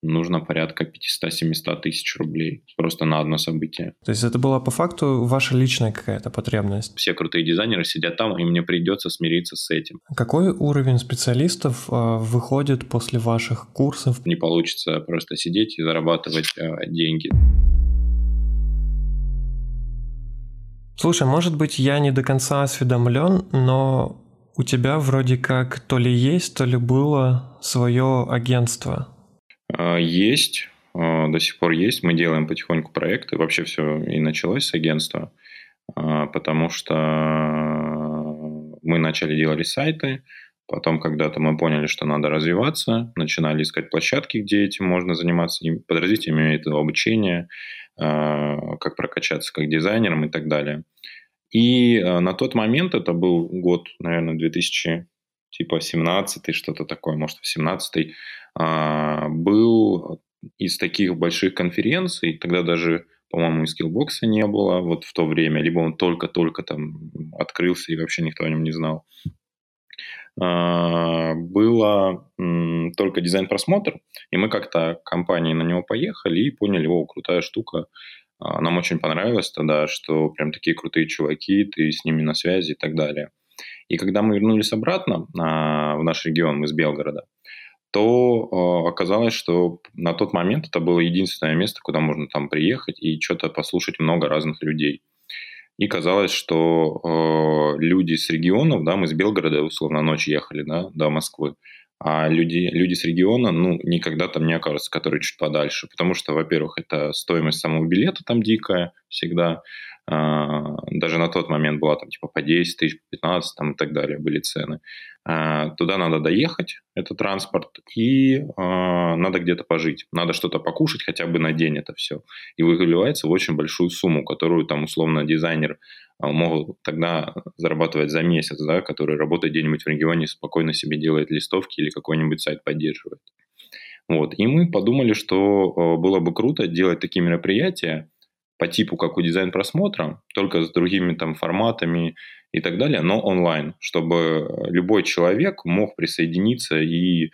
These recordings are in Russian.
нужно порядка 500-700 тысяч рублей просто на одно событие. То есть это была по факту ваша личная какая-то потребность? Все крутые дизайнеры сидят там, и мне придется смириться с этим. Какой уровень специалистов выходит после ваших курсов? Не получится просто сидеть и зарабатывать деньги. Слушай, может быть, я не до конца осведомлен, но у тебя вроде как то ли есть, то ли было свое агентство. Есть, до сих пор есть. Мы делаем потихоньку проекты. Вообще все и началось с агентства, потому что мы начали делать сайты, потом когда-то мы поняли, что надо развиваться, начинали искать площадки, где этим можно заниматься, подразделениями этого обучения, как прокачаться как дизайнером и так далее. И на тот момент, это был год, наверное, 2017, что-то такое, может, 18, был из таких больших конференций, тогда даже, по-моему, и Skillbox не было вот в то время, либо он только-только там открылся, и вообще никто о нем не знал. Было только дизайн-просмотр, и мы как-то компанией на него поехали и поняли, о, крутая штука. Нам очень понравилось тогда, что прям такие крутые чуваки, ты с ними на связи и так далее. И когда мы вернулись обратно в наш регион, мы из Белгорода, то оказалось, что на тот момент это было единственное место, куда можно там приехать и что-то послушать много разных людей. И казалось, что люди с регионов, да, мы с Белгорода, условно, ночь ехали, да, до Москвы, а люди с региона, ну, никогда там не окажутся, которые чуть подальше. Потому что, во-первых, это стоимость самого билета там дикая всегда. Даже на тот момент была там типа по 10 тысяч, 15 там, и так далее были цены. Туда надо доехать, это транспорт, и надо где-то пожить. Надо что-то покушать хотя бы на день это все. И выливается в очень большую сумму, которую там условно дизайнер могут тогда зарабатывать за месяц, да, который работает где-нибудь в регионе, спокойно себе делает листовки или какой-нибудь сайт поддерживает. Вот. И мы подумали, что было бы круто делать такие мероприятия по типу, как у дизайн-просмотра, только с другими там форматами и так далее, но онлайн, чтобы любой человек мог присоединиться и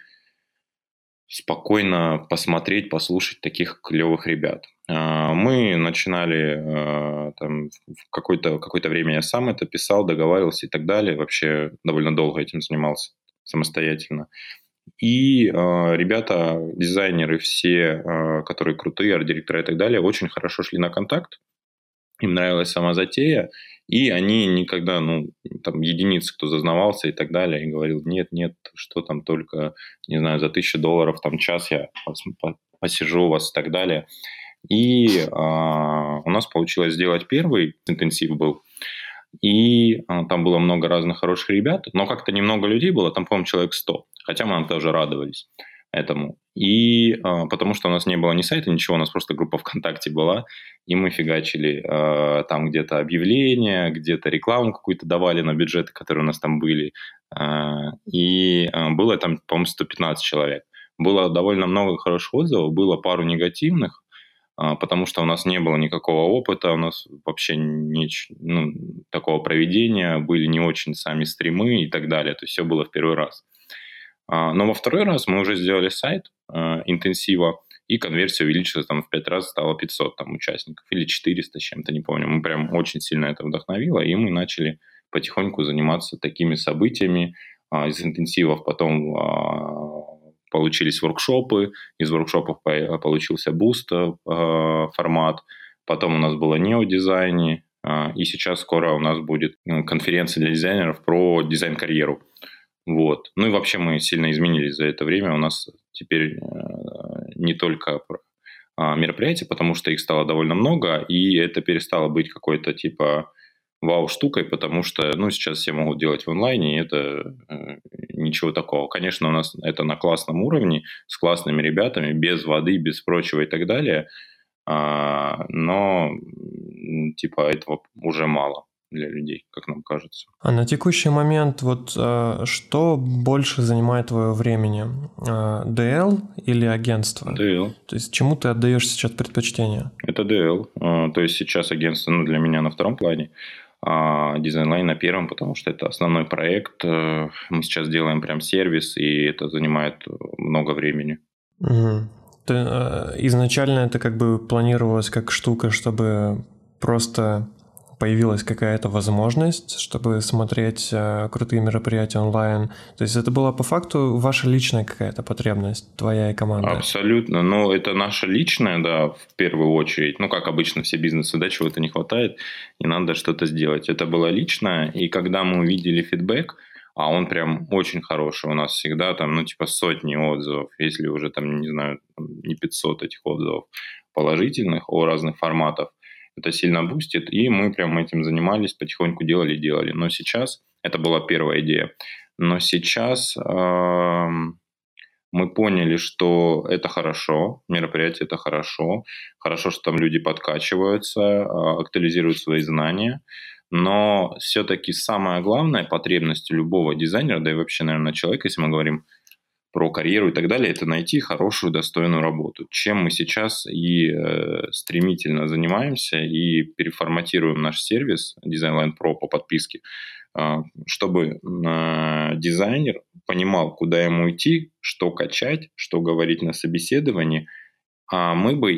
спокойно посмотреть, послушать таких клевых ребят. Мы начинали там, в какое-то время я сам это писал, договаривался и так далее. Вообще довольно долго этим занимался самостоятельно. И ребята, дизайнеры все, которые крутые, арт-директора и так далее, очень хорошо шли на контакт. Им нравилась сама затея, и они никогда, ну, там, единицы, кто зазнавался и так далее, и говорил, нет, что там только, не знаю, за $1000 там час я посижу у вас и так далее. И у нас получилось сделать первый интенсив был, и там было много разных хороших ребят, но как-то немного людей было, там, по-моему, человек 100, хотя мы нам тоже радовались этому. И потому что у нас не было ни сайта, ничего, у нас просто группа ВКонтакте была, и мы фигачили там где-то объявления, где-то рекламу какую-то давали на бюджеты, которые у нас там были. И было там, по-моему, 115 человек. Было довольно много хороших отзывов, было пару негативных, потому что у нас не было никакого опыта, у нас вообще такого проведения, были не очень сами стримы и так далее. То есть все было в первый раз. Но во второй раз мы уже сделали сайт интенсива, и конверсия увеличилась там в 5 раз, стало 500 там, участников, или 400 с чем-то, не помню. Мы прям очень сильно это вдохновило, и мы начали потихоньку заниматься такими событиями. Из интенсивов потом получились воркшопы, из воркшопов получился буст формат, потом у нас было неодизайне, и сейчас скоро у нас будет конференция для дизайнеров про дизайн-карьеру. Вот. Ну и вообще мы сильно изменились за это время. У нас теперь не только мероприятия, потому что их стало довольно много, и это перестало быть какой-то типа вау-штукой, потому что сейчас все могут делать в онлайне, и это ничего такого. Конечно, у нас это на классном уровне, с классными ребятами, без воды, без прочего и так далее, но типа этого уже мало для людей, как нам кажется. А на текущий момент вот что больше занимает твое времени? DL или агентство? DL. То есть чему ты отдаешь сейчас предпочтение? Это DL. То есть сейчас агентство для меня на втором плане, а дизайн-лайн на первом, потому что это основной проект. Мы сейчас делаем прям сервис, и это занимает много времени. Угу. Изначально это как бы планировалось как штука, чтобы просто появилась какая-то возможность, чтобы смотреть крутые мероприятия онлайн. То есть это была по факту ваша личная какая-то потребность, твоя и команда. Абсолютно. Но это наша личная, да, в первую очередь. Ну, как обычно все бизнесы, да, чего-то не хватает, и надо что-то сделать. Это было личное. И когда мы увидели фидбэк, а он прям очень хороший у нас всегда, там, ну, типа сотни отзывов, если уже там, не знаю, не 500 этих отзывов положительных о разных форматах, это сильно бустит, и мы прям этим занимались, потихоньку делали. Но сейчас, это была первая идея, но сейчас мы поняли, что это хорошо, мероприятие это хорошо, хорошо, что там люди подкачиваются, актуализируют свои знания, но все-таки самая главная потребность любого дизайнера, да и вообще, наверное, человека, если мы говорим про карьеру и так далее, это найти хорошую, достойную работу. Чем мы сейчас и стремительно занимаемся и переформатируем наш сервис Designline Pro по подписке, чтобы дизайнер понимал, куда ему идти, что качать, что говорить на собеседовании, а мы бы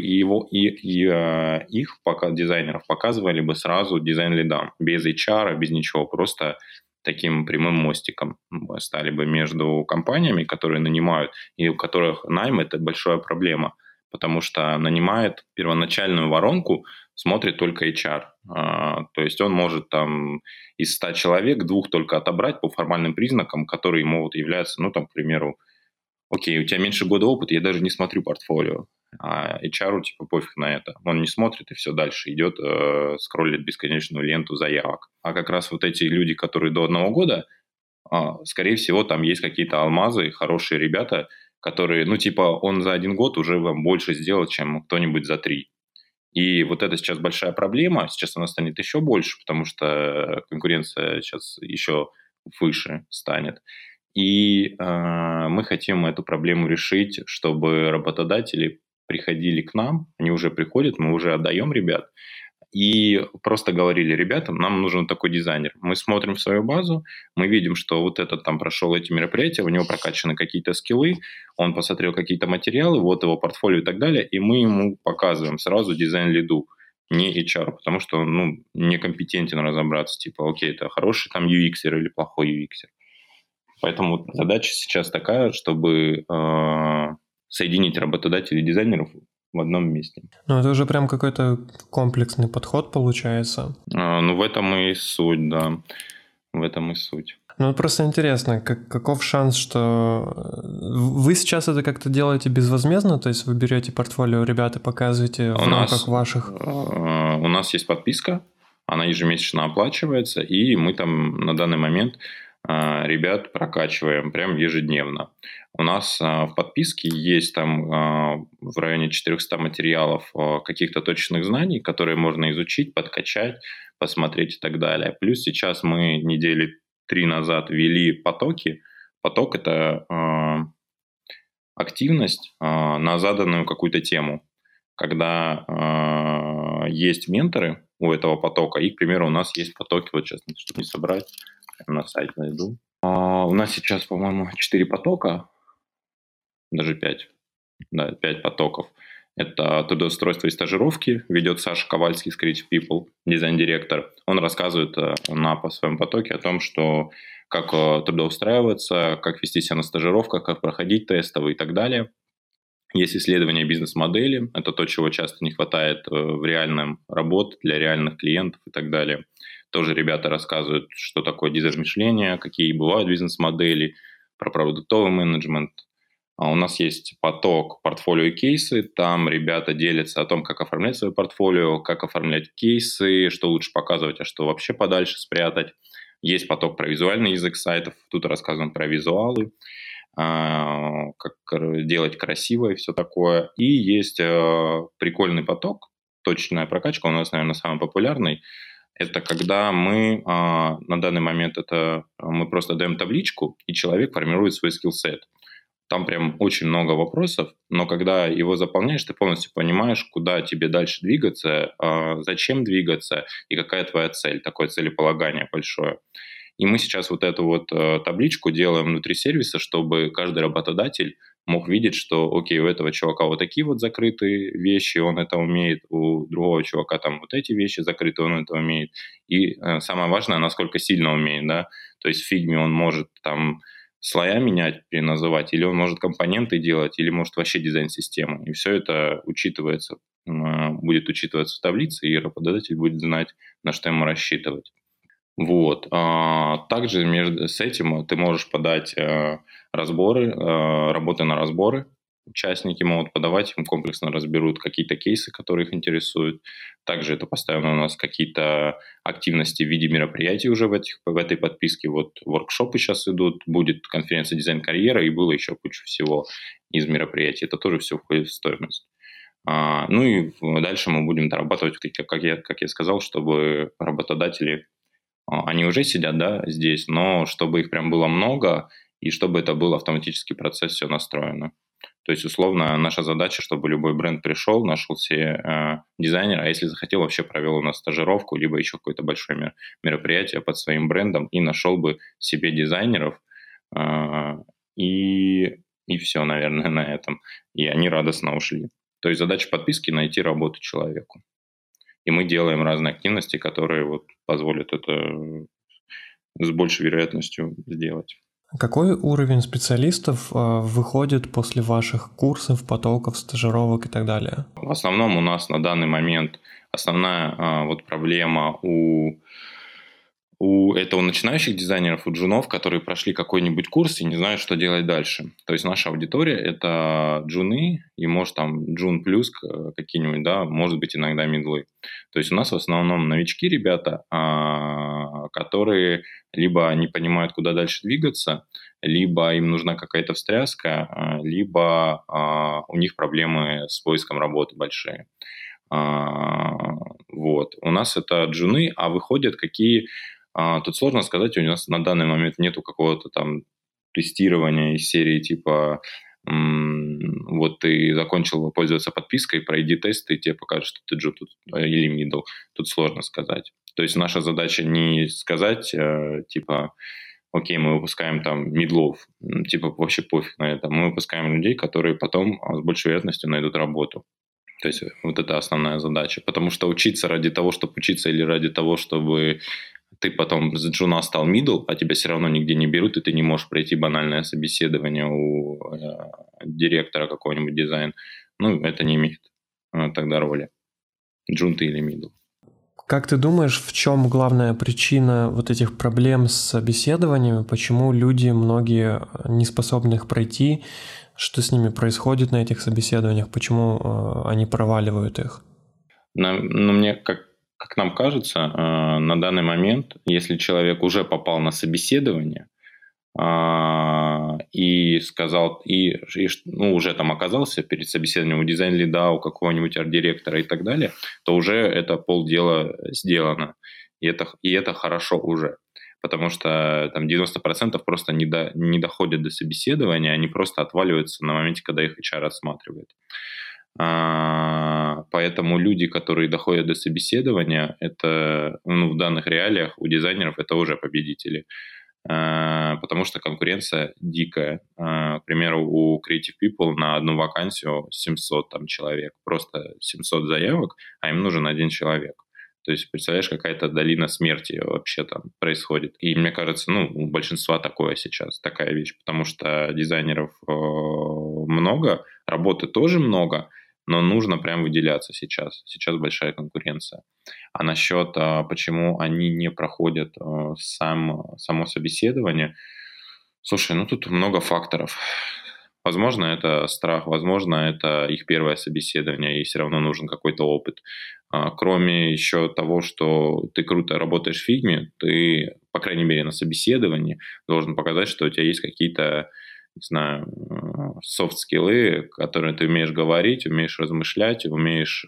их, пока дизайнеров, показывали бы сразу дизайн-лидам, без HR, без ничего, просто таким прямым мостиком стали бы между компаниями, которые нанимают, и у которых найм – это большая проблема, потому что нанимает первоначальную воронку, смотрит только HR. То есть он может там из 100 человек 2 только отобрать по формальным признакам, которые ему вот являются, ну там, к примеру, окей, у тебя меньше года опыта, я даже не смотрю портфолио. А HR типа пофиг на это. Он не смотрит и все дальше идет, скроллит бесконечную ленту заявок. А как раз вот эти люди, которые до 1 года, скорее всего, там есть какие-то алмазы, хорошие ребята, которые, ну типа он за 1 год уже вам больше сделал, чем кто-нибудь за 3. И вот это сейчас большая проблема. Сейчас она станет еще больше, потому что конкуренция сейчас еще выше станет. И мы хотим эту проблему решить, чтобы работодатели приходили к нам, они уже приходят, мы уже отдаем ребят, и просто говорили ребятам, нам нужен такой дизайнер. Мы смотрим в свою базу, мы видим, что вот этот там прошел эти мероприятия, у него прокачаны какие-то скиллы, он посмотрел какие-то материалы, вот его портфолио и так далее, и мы ему показываем сразу дизайн-лиду, не HR, потому что он некомпетентен разобраться, типа, окей, это хороший там UX или плохой UX. Поэтому задача сейчас такая, чтобы соединить работодателей и дизайнеров в одном месте. Ну, это уже прям какой-то комплексный подход получается. В этом и суть, да. В этом и суть. Ну, просто интересно, каков шанс, что вы сейчас это как-то делаете безвозмездно, то есть вы берете портфолио ребят и показываете в рамках ваших... У нас есть подписка, она ежемесячно оплачивается, и мы там на данный момент ребят прокачиваем прям ежедневно. У нас в подписке есть там в районе 400 материалов каких-то точных знаний, которые можно изучить, подкачать, посмотреть и так далее. Плюс сейчас мы недели 3 назад ввели потоки. Поток – это активность на заданную какую-то тему. Когда есть менторы у этого потока, и, к примеру, у нас есть потоки, вот сейчас, чтобы не собрать, на сайт найду. У нас сейчас, по-моему, 4 потока, даже 5. Да, 5 потоков. Это трудоустройство и стажировки, ведет Саша Ковальский с Creative People, дизайн-директор. Он рассказывает по своему потоке о том, что как трудоустраиваться, как вести себя на стажировках, как проходить тестовые и так далее. Есть исследование бизнес-модели, это то, чего часто не хватает в реальном работе для реальных клиентов и так далее. Тоже ребята рассказывают, что такое дизайн мышления, какие бывают бизнес-модели, про продуктовый менеджмент. У нас есть поток портфолио и кейсы, там ребята делятся о том, как оформлять свое портфолио, как оформлять кейсы, что лучше показывать, а что вообще подальше спрятать. Есть поток про визуальный язык сайтов, тут рассказано про визуалы, как делать красиво и все такое. И есть прикольный поток, точная прокачка, у нас, наверное, самый популярный. Это когда мы на данный момент мы просто даем табличку, и человек формирует свой скиллсет. Там прям очень много вопросов, но когда его заполняешь, ты полностью понимаешь, куда тебе дальше двигаться, зачем двигаться и какая твоя цель, такое целеполагание большое. И мы сейчас вот эту вот табличку делаем внутри сервиса, чтобы каждый работодатель мог видеть, что, окей, у этого чувака вот такие вот закрытые вещи, он это умеет, у другого чувака там вот эти вещи закрыты, он это умеет. И самое важное, насколько сильно умеет, да. То есть в фигме он может там слоя менять, переназывать, или он может компоненты делать, или может вообще дизайн системы. И все это учитывается, будет учитываться в таблице, и работодатель будет знать, на что ему рассчитывать. Вот. Также с этим ты можешь подать разборы, работы на разборы. Участники могут подавать, им комплексно разберут какие-то кейсы, которые их интересуют. Также это постоянно у нас какие-то активности в виде мероприятий уже в этой подписке. Вот воркшопы сейчас идут, будет конференция «Дизайн-карьера», и было еще куча всего из мероприятий. Это тоже все входит в стоимость. Ну и дальше мы будем дорабатывать, как я сказал, чтобы работодатели, они уже сидят, да, здесь, но чтобы их прям было много, и чтобы это был автоматический процесс, все настроено. То есть, условно, наша задача, чтобы любой бренд пришел, нашел себе дизайнера, а если захотел, вообще провел у нас стажировку, либо еще какое-то большое мероприятие под своим брендом и нашел бы себе дизайнеров, и все, наверное, на этом. И они радостно ушли. То есть задача подписки – найти работу человеку. И мы делаем разные активности, которые вот позволят это с большей вероятностью сделать. Какой уровень специалистов выходит после ваших курсов, потоков, стажировок и так далее? В основном у нас на данный момент основная вот проблема у начинающих дизайнеров, у джунов, которые прошли какой-нибудь курс и не знают, что делать дальше. То есть наша аудитория – это джуны, и может там джун плюс какие-нибудь, да, может быть иногда мидлы. То есть у нас в основном новички ребята, которые либо не понимают, куда дальше двигаться, либо им нужна какая-то встряска, либо у них проблемы с поиском работы большие. Вот. У нас это джуны, а выходят какие... Тут сложно сказать, у нас на данный момент нету какого-то там тестирования из серии типа вот ты закончил пользоваться подпиской, пройди тест, и тебе покажут, что ты джун или мидл. Тут сложно сказать. То есть наша задача не сказать, типа, окей, мы выпускаем там мидлов, типа вообще пофиг на это. Мы выпускаем людей, которые потом с большей вероятностью найдут работу. То есть вот это основная задача. Потому что учиться ради того, чтобы учиться, или ради того, чтобы ты потом с джуна стал мидл, а тебя все равно нигде не берут, и ты не можешь пройти банальное собеседование у директора какого-нибудь дизайна, ну, это не имеет тогда роли. Джун ты или мидл. Как ты думаешь, в чем главная причина вот этих проблем с собеседованиями? Почему люди, многие, не способны их пройти? Что с ними происходит на этих собеседованиях? Почему они проваливают их? Мне, как нам кажется, на данный момент, если человек уже попал на собеседование и сказал, уже там оказался перед собеседованием у дизайн-лида, у какого-нибудь арт-директора и так далее, то уже это полдела сделано. И это хорошо уже. Потому что там 90% просто не доходят до собеседования, они просто отваливаются на моменте, когда их HR рассматривает. Поэтому люди, которые доходят до собеседования, это в данных реалиях у дизайнеров это уже победители. Потому что конкуренция дикая. К примеру, у Creative People на одну вакансию 700 там, человек, просто 700 заявок, а им нужен один человек. То есть, представляешь, какая-то долина смерти вообще там происходит. И мне кажется, у большинства такая вещь, потому что дизайнеров много, работы тоже много, но нужно прям выделяться сейчас. Сейчас большая конкуренция. А насчет, почему они не проходят само собеседование, слушай, тут много факторов. Возможно, это страх, возможно, это их первое собеседование, и все равно нужен какой-то опыт. Кроме еще того, что ты круто работаешь в фигме, ты, по крайней мере, на собеседовании должен показать, что у тебя есть какие-то, не знаю, софт-скиллы, которые ты умеешь говорить, умеешь размышлять, умеешь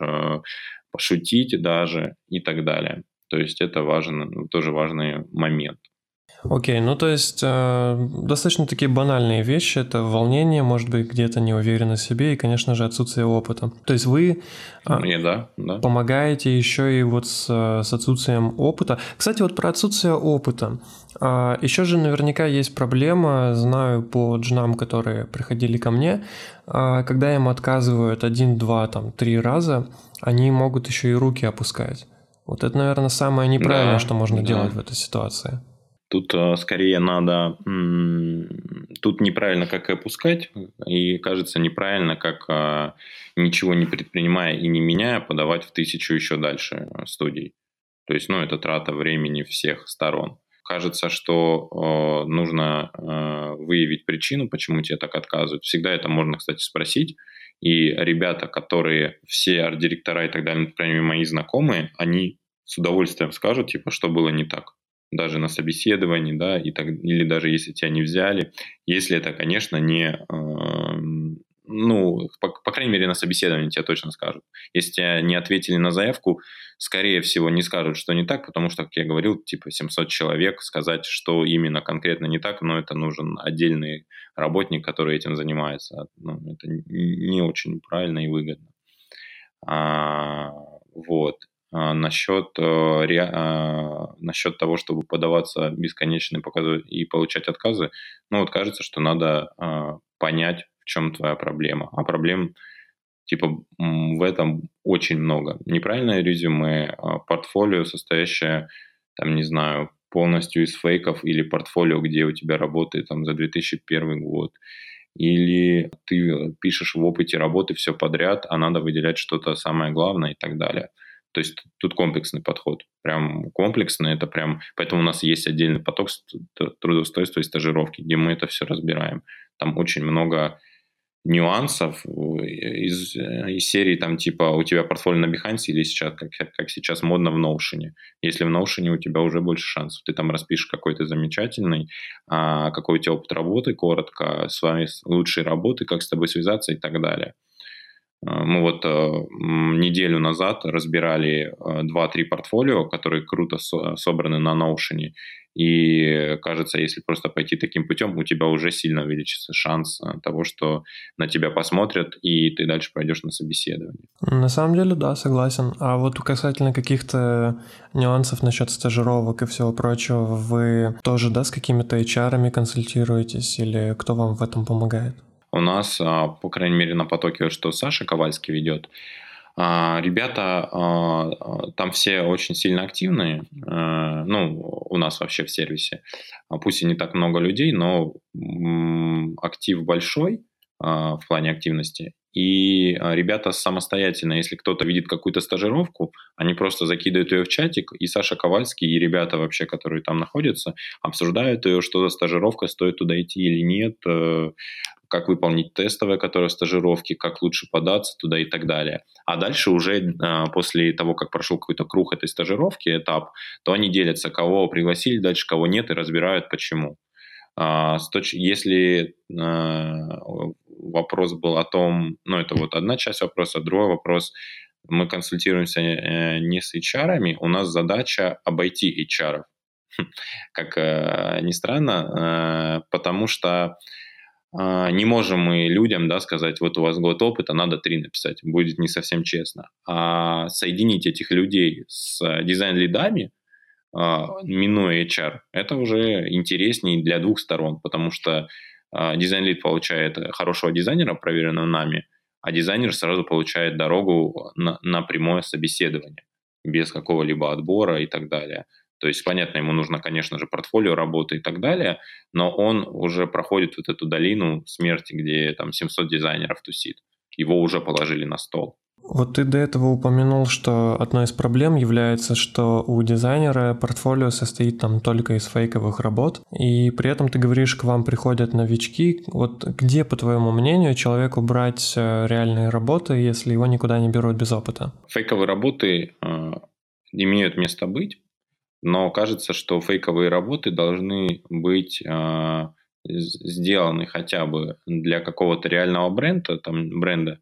пошутить даже и так далее. То есть это тоже важный момент. Окей, ну то есть достаточно такие банальные вещи. Это волнение, может быть, где-то неуверенность в себе и, конечно же, отсутствие опыта. То есть вы Мне да, да. помогаете еще и вот с отсутствием опыта. Кстати, вот про отсутствие опыта. Еще же наверняка есть проблема, знаю по джунам, которые приходили ко мне, когда им отказывают 1, 2, там, 3 раза, они могут еще и руки опускать. Вот это, наверное, самое неправильное, что Да, можно делать да. в этой ситуации. Тут скорее надо... Тут неправильно как и опускать, и кажется неправильно, как ничего не предпринимая и не меняя, подавать в 1000 еще дальше студий. То есть, это трата времени всех сторон. Кажется, что нужно выявить причину, почему тебе так отказывают. Всегда это можно, кстати, спросить. И ребята, которые все арт-директора и так далее, например, мои знакомые, они с удовольствием скажут, типа, что было не так. Даже на собеседовании, да, или даже если тебя не взяли. Если это, конечно, не... по крайней мере, на собеседовании тебе точно скажут. Если тебя не ответили на заявку, скорее всего, не скажут, что не так, потому что, как я говорил, типа 700 человек, сказать, что именно конкретно не так, но это нужен отдельный работник, который этим занимается. Это не очень правильно и выгодно. Вот. Насчет того, чтобы подаваться бесконечно и показывать и получать отказы, кажется, что надо понять, в чем твоя проблема. А проблем типа в этом очень много. Неправильное резюме, портфолио, состоящее, там, не знаю, полностью из фейков, или портфолио, где у тебя работает там за 2001 год, или ты пишешь в опыте работы все подряд, а надо выделять что-то самое главное и так далее. То есть тут комплексный подход. Прям комплексный, это прям... Поэтому у нас есть отдельный поток трудоустройства и стажировки, где мы это все разбираем. Там очень много нюансов из серии, там, типа, у тебя портфолио на Behance или сейчас, как сейчас модно в Notion. Если в Notion у тебя уже больше шансов, ты там распишешь какой то замечательный, какой у тебя опыт работы, коротко, с вами лучшие работы, как с тобой связаться и так далее. Мы вот неделю назад разбирали 2-3 портфолио, которые круто собраны на Notion. И кажется, если просто пойти таким путем, у тебя уже сильно увеличится шанс того, что на тебя посмотрят, и ты дальше пойдешь на собеседование. На самом деле, да, согласен. А вот касательно каких-то нюансов насчет стажировок и всего прочего, вы тоже, да, с какими-то HR-ами консультируетесь, или кто вам в этом помогает? У нас, по крайней мере, на потоке, что Саша Ковальский ведет, ребята там все очень сильно активные, у нас вообще в сервисе. Пусть и не так много людей, но актив большой в плане активности. И ребята самостоятельно, если кто-то видит какую-то стажировку, они просто закидывают ее в чатик, и Саша Ковальский, и ребята вообще, которые там находятся, обсуждают ее, что за стажировка, стоит туда идти или нет, как выполнить тестовое, которое в стажировке, как лучше податься туда и так далее. А дальше уже после того, как прошел какой-то круг этой стажировки, этап, то они делятся, кого пригласили дальше, кого нет, и разбирают, почему. Если вопрос был о том, это вот одна часть вопроса, другой вопрос, мы консультируемся не с HR-ами, у нас задача обойти HR. Как ни странно, потому что не можем мы людям, да, сказать, вот у вас год опыта, надо 3 написать. Будет не совсем честно. А соединить этих людей с дизайн-лидами, минуя HR, это уже интереснее для двух сторон, потому что дизайн-лид получает хорошего дизайнера, проверенного нами, а дизайнер сразу получает дорогу на прямое собеседование, без какого-либо отбора и так далее. То есть, понятно, ему нужно, конечно же, портфолио работы и так далее, но он уже проходит вот эту долину смерти, где там 700 дизайнеров тусит. Его уже положили на стол. Вот ты до этого упомянул, что одной из проблем является, что у дизайнера портфолио состоит там только из фейковых работ, и при этом ты говоришь, к вам приходят новички. Вот где, по твоему мнению, человеку брать реальные работы, если его никуда не берут без опыта? Фейковые работы имеют место быть, но кажется, что фейковые работы должны быть сделаны хотя бы для какого-то реального бренда,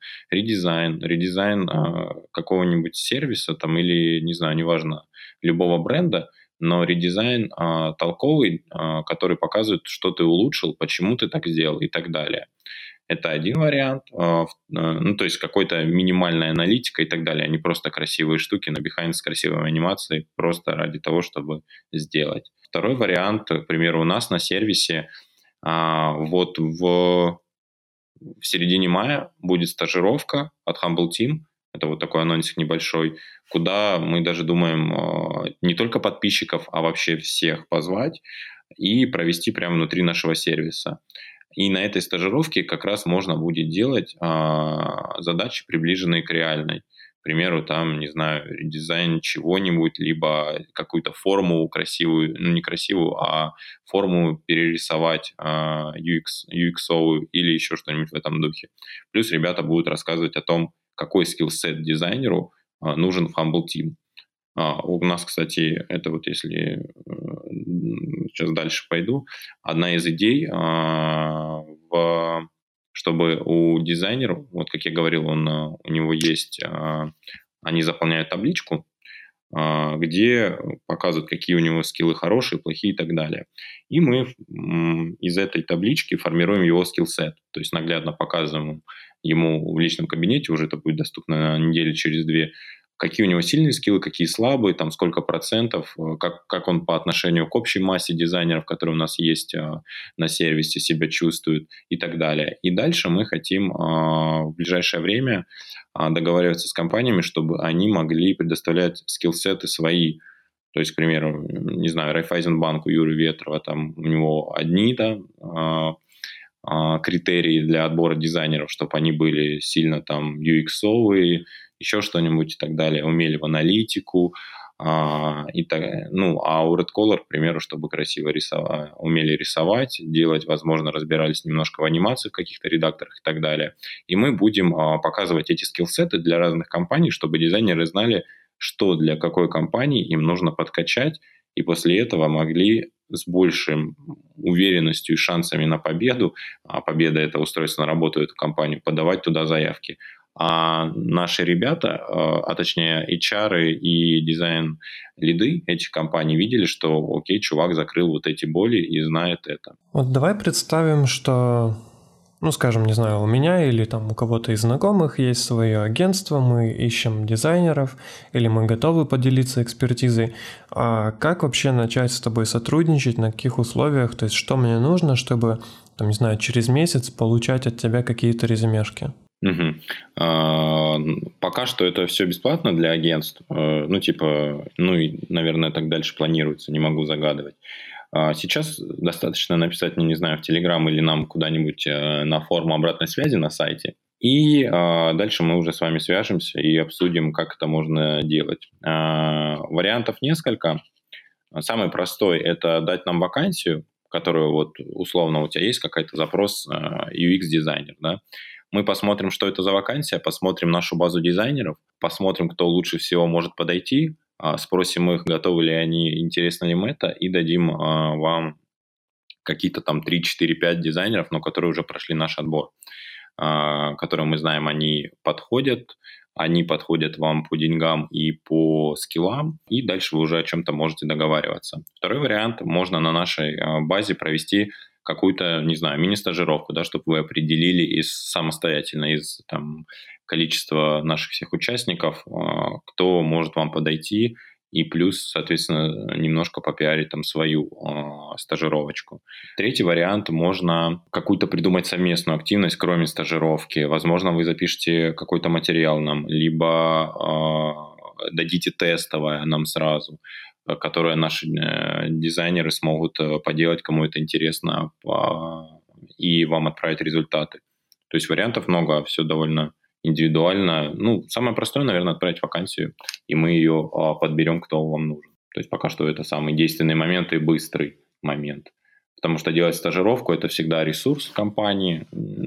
редизайн какого-нибудь сервиса там, или, не знаю, неважно, любого бренда, но редизайн толковый, который показывает, что ты улучшил, почему ты так сделал и так далее. Это один вариант, ну, то есть какой-то минимальная аналитика и так далее, а не просто красивые штуки на behind с красивой анимацией, просто ради того, чтобы сделать. Второй вариант, к примеру, у нас на сервисе вот в середине мая будет стажировка от Humble Team, это вот такой анонсик небольшой, куда мы даже думаем не только подписчиков, а вообще всех позвать и провести прямо внутри нашего сервиса. И на этой стажировке как раз можно будет делать задачи, приближенные к реальной. К примеру, там, не знаю, редизайн чего-нибудь, либо какую-то форму красивую, ну не красивую, а форму перерисовать UX-овую или еще что-нибудь в этом духе. Плюс ребята будут рассказывать о том, какой скиллсет дизайнеру нужен в Humble Team. У нас, кстати, это вот если сейчас дальше пойду, одна из идей, чтобы у дизайнера, вот как я говорил, у него есть, они заполняют табличку, где показывают, какие у него скиллы хорошие, плохие и так далее. И мы из этой таблички формируем его скиллсет, то есть наглядно показываем ему в личном кабинете, уже это будет доступно на неделю через две, какие у него сильные скиллы, какие слабые, там сколько процентов, как он по отношению к общей массе дизайнеров, которые у нас есть на сервисе, себя чувствует и так далее. И дальше мы хотим в ближайшее время договариваться с компаниями, чтобы они могли предоставлять скиллсеты свои. То есть, к примеру, не знаю, Райффайзенбанк у Юры Ветрова, там у него одни критерии для отбора дизайнеров, чтобы они были сильно там UX-овые, еще что-нибудь и так далее, умели в аналитику, а у Red Color, к примеру, чтобы красиво рисовать, умели рисовать, делать, возможно, разбирались немножко в анимации в каких-то редакторах и так далее. И мы будем показывать эти скиллсеты для разных компаний, чтобы дизайнеры знали, что для какой компании им нужно подкачать, и после этого могли с большей уверенностью и шансами на победу, а победа – это устроиться на работу в эту компанию, подавать туда заявки. А наши ребята, точнее HR и дизайн-лиды этих компаний видели, что окей, чувак закрыл вот эти боли и знает это. Вот давай представим, что, скажем, не знаю, у меня или там у кого-то из знакомых есть свое агентство, мы ищем дизайнеров или мы готовы поделиться экспертизой. А как вообще начать с тобой сотрудничать, на каких условиях, то есть что мне нужно, чтобы, там, не знаю, через месяц получать от тебя какие-то резюмешки? Пока что это все бесплатно для агентств. И, наверное, так дальше планируется, не могу загадывать. Сейчас достаточно написать мне, не знаю, в Telegram или нам куда-нибудь на форму обратной связи на сайте. И дальше мы уже с вами свяжемся и обсудим, как это можно делать. Вариантов несколько. Самый простой – это дать нам вакансию, которую вот условно у тебя есть какой-то запрос UX-дизайнер, да? Мы посмотрим, что это за вакансия, посмотрим нашу базу дизайнеров, посмотрим, кто лучше всего может подойти, спросим их, готовы ли они, интересно ли им это, и дадим вам какие-то там 3, 4, 5 дизайнеров, но которые уже прошли наш отбор, которые мы знаем, они подходят вам по деньгам и по скиллам, и дальше вы уже о чем-то можете договариваться. Второй вариант, можно на нашей базе провести какую-то, не знаю, мини-стажировку, да, чтобы вы определили самостоятельно из количества наших всех участников, кто может вам подойти, и плюс, соответственно, немножко попиарить свою стажировочку. Третий вариант, можно какую-то придумать совместную активность, кроме стажировки. Возможно, вы запишете какой-то материал нам, либо дадите тестовое нам сразу, которые наши дизайнеры смогут поделать, кому это интересно, и вам отправить результаты. То есть вариантов много, все довольно индивидуально. Самое простое, наверное, отправить вакансию, и мы ее подберем, кто вам нужен. То есть пока что это самый действенный момент и быстрый момент. Потому что делать стажировку – это всегда ресурс компании,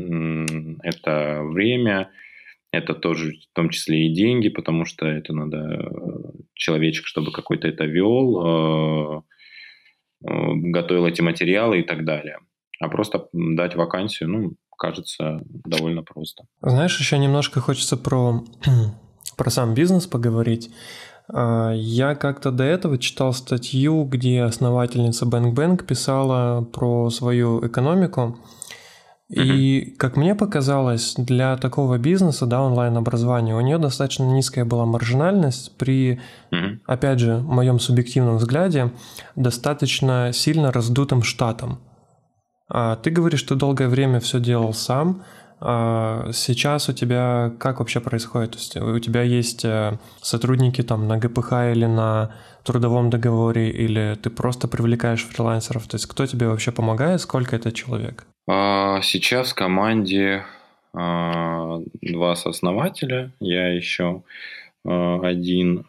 это время, это тоже в том числе и деньги, потому что это надо человечек, чтобы какой-то это вел, готовил эти материалы и так далее. А просто дать вакансию, кажется, довольно просто. Знаешь, еще немножко хочется про сам бизнес поговорить. Я как-то до этого читал статью, где основательница BankBank писала про свою экономику. И, как мне показалось, для такого бизнеса, да, онлайн-образования, у нее достаточно низкая была маржинальность при, опять же, в моем субъективном взгляде, достаточно сильно раздутым штатом. Ты говоришь, что долгое время все делал сам. Сейчас у тебя как вообще происходит? То есть у тебя есть сотрудники там на ГПХ или на трудовом договоре, или ты просто привлекаешь фрилансеров? То есть кто тебе вообще помогает? Сколько это человек? Сейчас в команде 2 сооснователя, я еще один.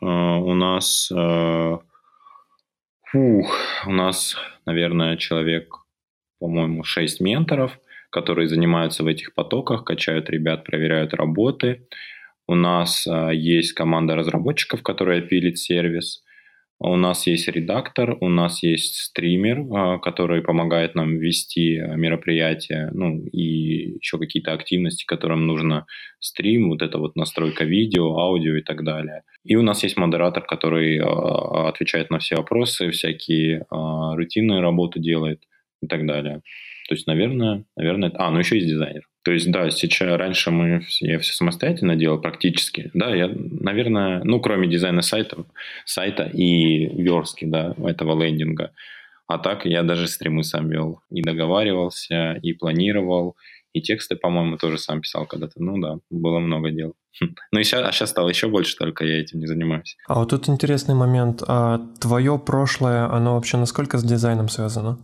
У нас, наверное, человек, по-моему, 6 менторов, которые занимаются в этих потоках, качают ребят, проверяют работы. У нас есть команда разработчиков, которая пилит сервис. У нас есть редактор, у нас есть стример, который помогает нам вести мероприятия, ну и еще какие-то активности, которым нужно стрим, вот это вот настройка видео, аудио и так далее. И у нас есть модератор, который отвечает на все вопросы, всякие рутинные работы делает и так далее. То есть, наверное, ну еще есть дизайнер. То есть, да, сейчас раньше я все самостоятельно делал практически. Да, я, наверное, ну, кроме дизайна сайта и верстки, да, этого лендинга. А так я даже стримы сам вел. И договаривался, и планировал, и тексты, по-моему, тоже сам писал когда-то. Ну да, было много дел. Ну и сейчас стало еще больше, только я этим не занимаюсь. А вот тут интересный момент. Твое прошлое, оно вообще насколько с дизайном связано?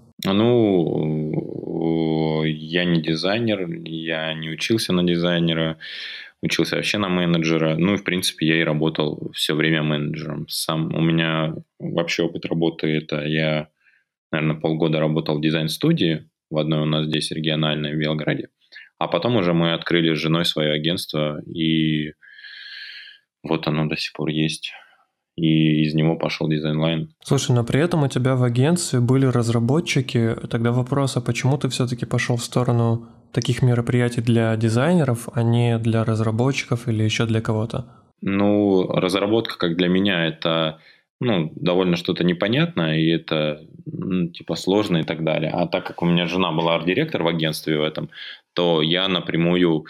Ну, я не дизайнер, я не учился на дизайнера, учился вообще на менеджера. Ну, и, в принципе, я и работал все время менеджером. У меня вообще опыт работы – это я, наверное, полгода работал в дизайн-студии в одной у нас здесь региональной в Белграде. А потом уже мы открыли с женой свое агентство, и вот оно до сих пор есть. И из него пошел дизайн-лайн. Слушай, но при этом у тебя в агентстве были разработчики. Тогда вопрос, а почему ты все-таки пошел в сторону таких мероприятий для дизайнеров, а не для разработчиков или еще для кого-то? Ну, разработка, как для меня, это довольно что-то непонятное, и это типа сложно и так далее. А так как у меня жена была арт-директор в агентстве в этом, то я напрямую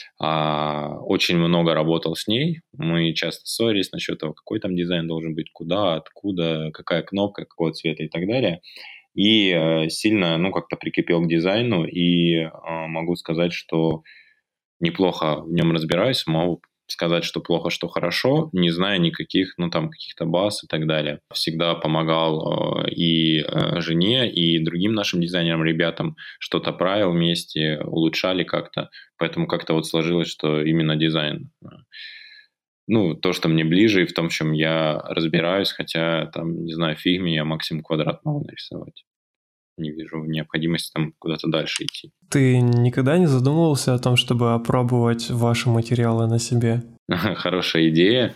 очень много работал с ней. Мы часто ссорились насчет того, какой там дизайн должен быть, куда, откуда, какая кнопка, какого цвета и так далее. И сильно, как-то прикипел к дизайну, и могу сказать, что неплохо в нем разбираюсь, могу сказать, что плохо, что хорошо, не зная никаких, каких-то баз и так далее. Всегда помогал и жене, и другим нашим дизайнерам, ребятам, что-то правил вместе, улучшали как-то. Поэтому как-то вот сложилось, что именно дизайн. То, что мне ближе, и в том, в чем я разбираюсь, хотя, не знаю, в фигме я максимум квадрат могу нарисовать. Не вижу необходимости там куда-то дальше идти. Ты никогда не задумывался о том, чтобы опробовать ваши материалы на себе? Хорошая идея.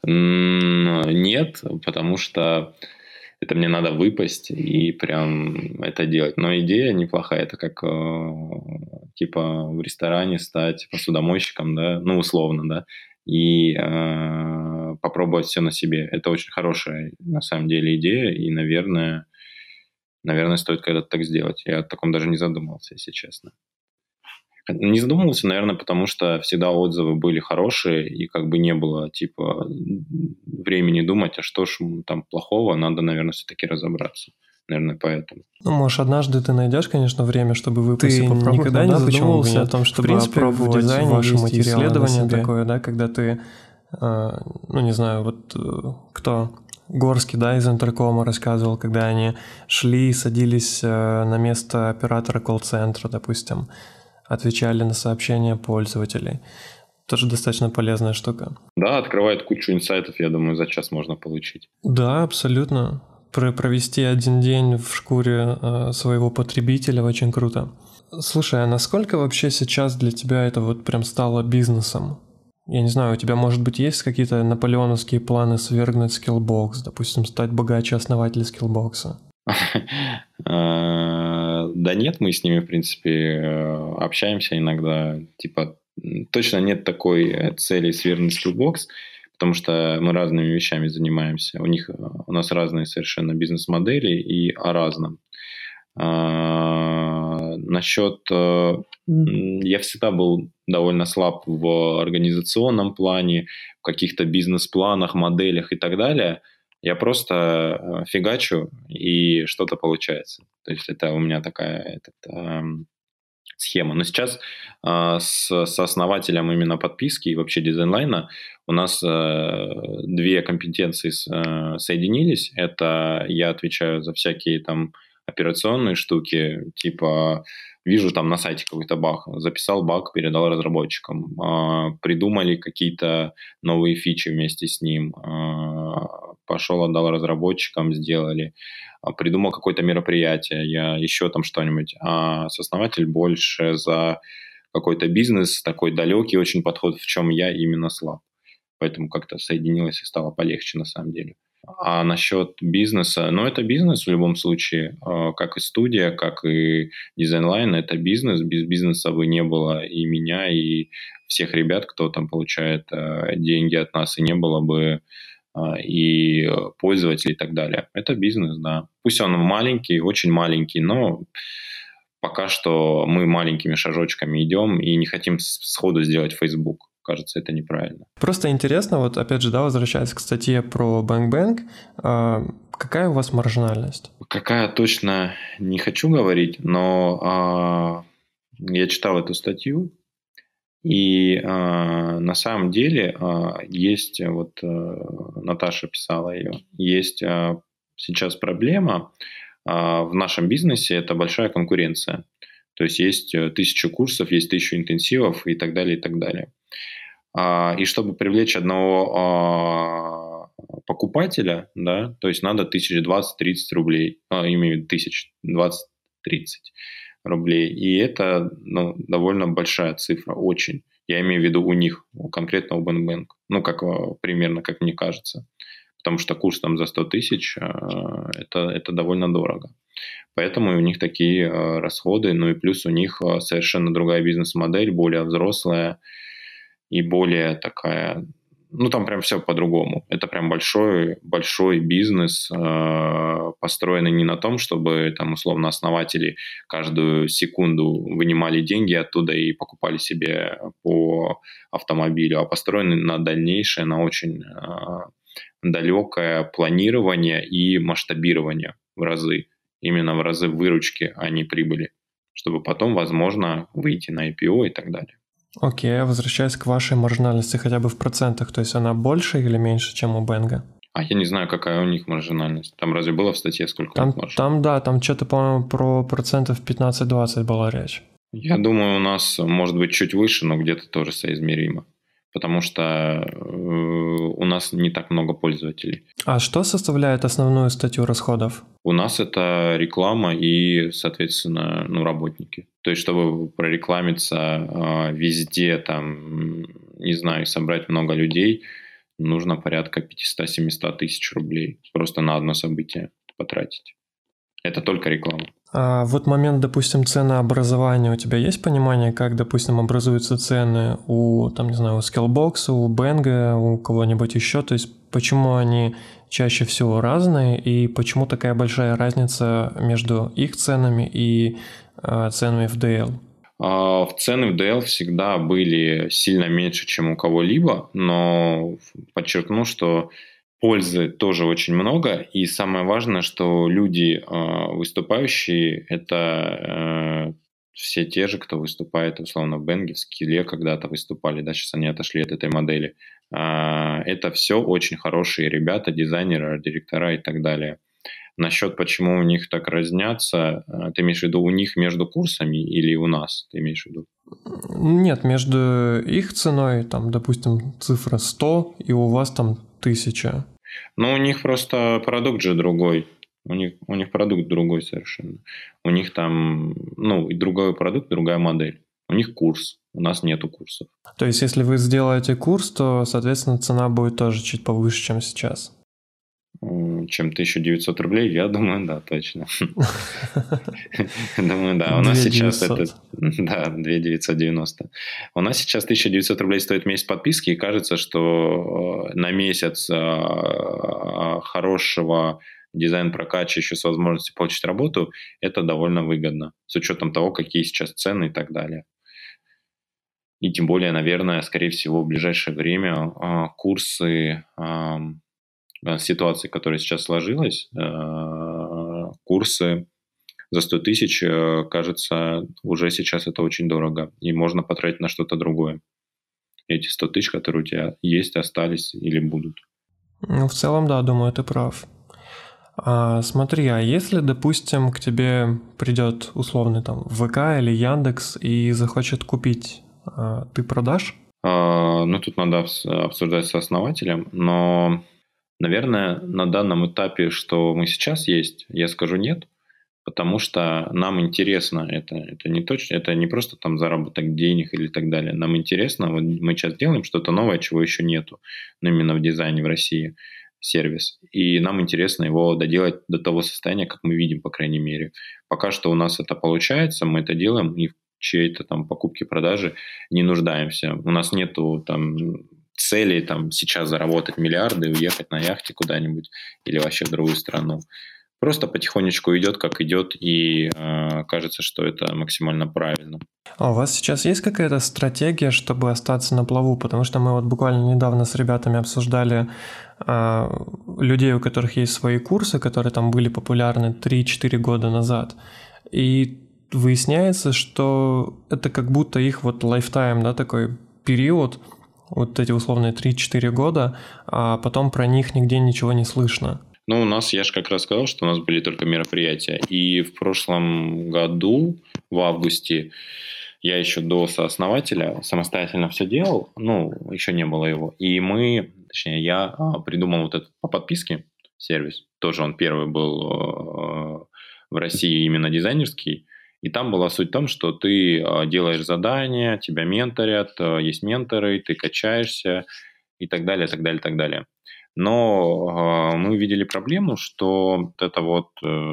Нет, потому что это мне надо выпасть и прям это делать. Но идея неплохая. Это как типа в ресторане стать посудомойщиком, да, условно, да, и попробовать все на себе. Это очень хорошая на самом деле идея, и, наверное, стоит когда-то так сделать. Я о таком даже не задумывался, если честно. Не задумывался, наверное, потому что всегда отзывы были хорошие, и как бы не было, времени думать, а что ж там плохого, надо, наверное, все-таки разобраться. Наверное, поэтому. Может, однажды ты найдешь, конечно, время, чтобы выпасть и попробовать. Ты никогда не задумывался о том, чтобы опробовать ваши материалы исследование такое, да, когда ты, не знаю, вот кто... Горский, да, из Интеркома рассказывал, когда они шли, садились на место оператора колл-центра, допустим, отвечали на сообщения пользователей. Тоже достаточно полезная штука. Да, открывает кучу инсайтов, я думаю, за час можно получить. Да, абсолютно. Провести один день в шкуре своего потребителя очень круто. Слушай, а насколько вообще сейчас для тебя это вот прям стало бизнесом? Я не знаю, у тебя, может быть, есть какие-то наполеоновские планы свергнуть Skillbox, допустим, стать богаче основателя Skillbox? Да нет, мы с ними, в принципе, общаемся иногда. Точно нет такой цели свергнуть Skillbox, потому что мы разными вещами занимаемся. У нас разные совершенно бизнес-модели и о разном. Насчет... Я всегда был довольно слаб в организационном плане, в каких-то бизнес-планах, моделях и так далее. Я просто фигачу, и что-то получается. То есть это у меня такая схема. Но сейчас с основателем именно подписки и вообще дизайнлайна у нас две компетенции соединились. Это я отвечаю за всякие там операционные штуки, типа вижу там на сайте какой-то баг, записал баг, передал разработчикам, придумали какие-то новые фичи вместе с ним, пошел, отдал разработчикам, сделали, придумал какое-то мероприятие, я еще там что-нибудь, а сооснователь больше за какой-то бизнес, такой далекий очень подход, в чем я именно слаб. Поэтому как-то соединилось и стало полегче на самом деле. А насчет бизнеса, это бизнес в любом случае, как и студия, как и дизайнлайн, это бизнес. Без бизнеса бы не было и меня, и всех ребят, кто там получает деньги от нас, и не было бы и пользователей и так далее. Это бизнес, да. Пусть он маленький, очень маленький, но пока что мы маленькими шажочками идем и не хотим сходу сделать Facebook. Кажется, это неправильно. Просто интересно, вот опять же, да, возвращаясь к статье про BankBank, какая у вас маржинальность? Какая точно не хочу говорить, но я читал эту статью, и на самом деле есть, вот Наташа писала ее, есть сейчас проблема в нашем бизнесе, это большая конкуренция. То есть есть 1000 курсов, есть 1000 интенсивов и так далее, и так далее. И чтобы привлечь одного покупателя, да, то есть надо 1020-30 рублей, имею в виду 1020-30 рублей. И это довольно большая цифра, очень. Я имею в виду у них, конкретно у BankBank. Примерно, как мне кажется. Потому что курс там за 100 тысяч, это довольно дорого. Поэтому у них такие расходы, и плюс у них совершенно другая бизнес-модель, более взрослая и более такая, там прям все по-другому. Это прям большой бизнес, построенный не на том, чтобы там условно основатели каждую секунду вынимали деньги оттуда и покупали себе по автомобилю, а построенный на дальнейшее, на очень далекое планирование и масштабирование в разы. Именно в разы выручки, а не прибыли. Чтобы потом, возможно, выйти на IPO и так далее. Окей, возвращаясь к вашей маржинальности хотя бы в процентах, то есть она больше или меньше, чем у Бенга? Я не знаю, какая у них маржинальность. Там разве было в статье, сколько у них маржинальность? Там что-то, по-моему, про процентов 15-20 была речь. Я думаю, у нас может быть чуть выше, но где-то тоже соизмеримо. Потому что у нас не так много пользователей. А что составляет основную статью расходов? У нас это реклама и, соответственно, работники. То есть, чтобы прорекламиться везде, там, не знаю, собрать много людей, нужно порядка 500-700 тысяч рублей просто на одно событие потратить. Это только реклама. А вот момент, допустим, ценообразования. У тебя есть понимание, как, допустим, образуются цены у, там, не знаю, у Skillbox, у Bang, у кого-нибудь еще? То есть почему они чаще всего разные и почему такая большая разница между их ценами и ценами в DL? Цены в DL всегда были сильно меньше, чем у кого-либо, но подчеркну, что пользы тоже очень много, и самое важное, что люди, выступающие, это все те же, кто выступает, условно, в Бенге, в Скилле когда-то выступали, да, сейчас они отошли от этой модели. Это все очень хорошие ребята, дизайнеры, директора и так далее. Насчет, почему у них так разнятся, ты имеешь в виду у них между курсами или у нас, ты имеешь в виду? Нет, между их ценой, там, допустим, цифра 100, и у вас там 1000. У них просто продукт же другой. У них продукт другой совершенно. У них там, и другой продукт, другая модель. У них курс, у нас нету курсов. То есть, если вы сделаете курс, то, соответственно, цена будет тоже чуть повыше, чем сейчас? чем 1900 рублей, я думаю, да, точно. Думаю, да. У нас сейчас это... 2900. Да, 2990. У нас сейчас 1900 рублей стоит месяц подписки, и кажется, что на месяц хорошего дизайн-прокача еще с возможностью получить работу, это довольно выгодно, с учетом того, какие сейчас цены и так далее. И тем более, наверное, скорее всего, в ближайшее время курсы, ситуации, которая сейчас сложилась, курсы за 100 тысяч, кажется, уже сейчас это очень дорого, и можно потратить на что-то другое. Эти 100 тысяч, которые у тебя есть, остались или будут. Ну, в целом, да, думаю, ты прав. Смотри, а если, допустим, к тебе придет условный там ВК или Яндекс и захочет купить, ты продашь? Ну, тут надо обсуждать с основателем, но, наверное, на данном этапе, что мы сейчас есть, я скажу нет, потому что нам интересно это не точно, это не просто там заработок денег или так далее. Нам интересно, вот мы сейчас делаем что-то новое, чего еще нету, но именно в дизайне в России сервис. И нам интересно его доделать до того состояния, как мы видим, по крайней мере. Пока что у нас это получается, мы это делаем, и в чьей-то там покупке-продаже не нуждаемся. У нас нету там цели там сейчас заработать миллиарды и уехать на яхте куда-нибудь или вообще в другую страну. Просто потихонечку идет, как идет, и кажется, что это максимально правильно. А у вас сейчас есть какая-то стратегия, чтобы остаться на плаву? Потому что мы вот буквально недавно с ребятами обсуждали людей, у которых есть свои курсы, которые там были популярны 3-4 года назад. И выясняется, что это как будто их вот lifetime, да, такой период, вот эти условные 3-4 года, а потом про них нигде ничего не слышно. Ну, у нас, я же как раз сказал, что у нас были только мероприятия. И в прошлом году, в августе, я еще до сооснователя самостоятельно все делал, ну, еще не было его. И я придумал вот этот по подписке сервис. Тоже он первый был в России именно дизайнерский. И там была суть в том, что ты делаешь задания, тебя менторят, есть менторы, ты качаешься и так далее, так далее, так далее. Но мы увидели проблему, что вот это вот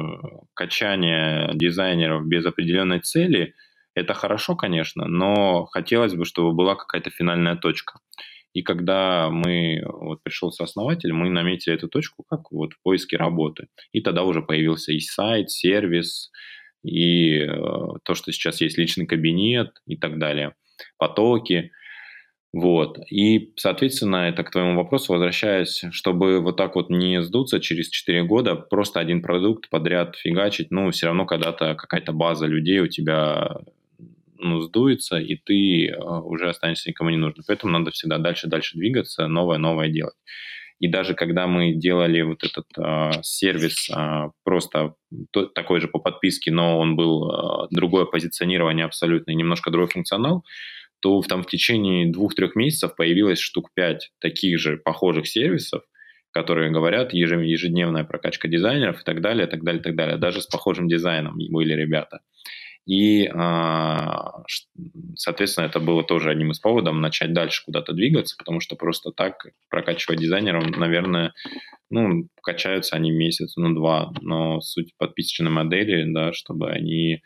качание дизайнеров без определенной цели – это хорошо, конечно, но хотелось бы, чтобы была какая-то финальная точка. И когда вот пришел сооснователь, мы наметили эту точку как вот в поиске работы. И тогда уже появился и сайт, сервис, и то, что сейчас есть личный кабинет и так далее, потоки. Вот. И, соответственно, это к твоему вопросу возвращаясь, чтобы вот так вот не сдуться через 4 года, просто один продукт подряд фигачить, ну, все равно когда-то какая-то база людей у тебя сдуется, и ты уже останешься никому не нужен. Поэтому надо всегда дальше двигаться, новое делать. И даже когда мы делали вот этот сервис просто такой же по подписке, но он был другое позиционирование абсолютно, немножко другой функционал, то там в течение 2-3 месяцев появилось штук 5 таких же похожих сервисов, которые говорят ежедневная прокачка дизайнеров и так далее, так далее, так далее. Даже с похожим дизайном были ребята. И, соответственно, это было тоже одним из поводов начать дальше куда-то двигаться, потому что просто так прокачивать дизайнеров, наверное, качаются они месяц, 2, но суть подписочной модели, да, чтобы они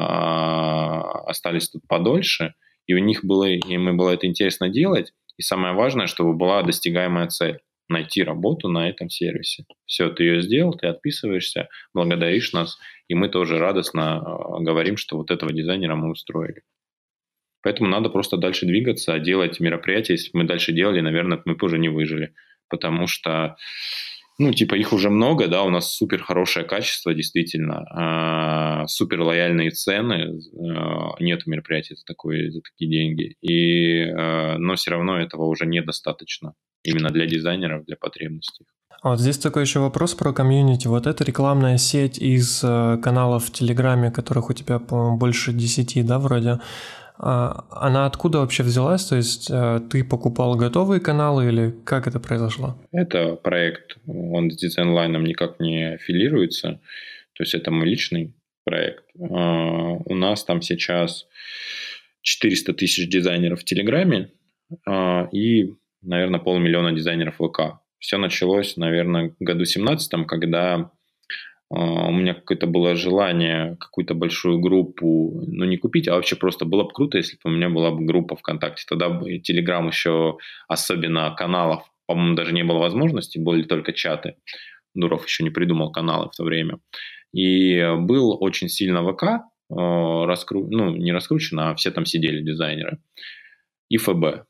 остались тут подольше, и им было это интересно делать, и самое важное, чтобы была достигаемая цель – найти работу на этом сервисе. Все, ты ее сделал, ты отписываешься, благодаришь нас, и мы тоже радостно говорим, что вот этого дизайнера мы устроили. Поэтому надо просто дальше двигаться, делать мероприятия. Если бы мы дальше делали, наверное, мы бы уже не выжили, потому что их уже много, да, у нас супер хорошее качество, действительно, супер лояльные цены, нет мероприятий за такие деньги, но все равно этого уже недостаточно именно для дизайнеров, для потребностей. А вот здесь такой еще вопрос про комьюнити. Вот эта рекламная сеть из каналов в Телеграме, которых у тебя, по-моему, больше 10, да, вроде, она откуда вообще взялась? То есть ты покупал готовые каналы или как это произошло? Это проект, он с Дизайнлайном никак не аффилируется, то есть это мой личный проект. У нас там сейчас 400 тысяч дизайнеров в Телеграме и, наверное, 500 000 дизайнеров ВК. Все началось, наверное, в году 17, когда у меня какое-то было желание какую-то большую группу, ну, не купить, а вообще просто было бы круто, если бы у меня была бы группа ВКонтакте. Тогда бы Телеграм еще, особенно каналов, по-моему, даже не было возможности, были только чаты. Дуров еще не придумал каналы в то время. И был очень сильно ВК, ну, не раскручен, а все там сидели дизайнеры. И ФБ.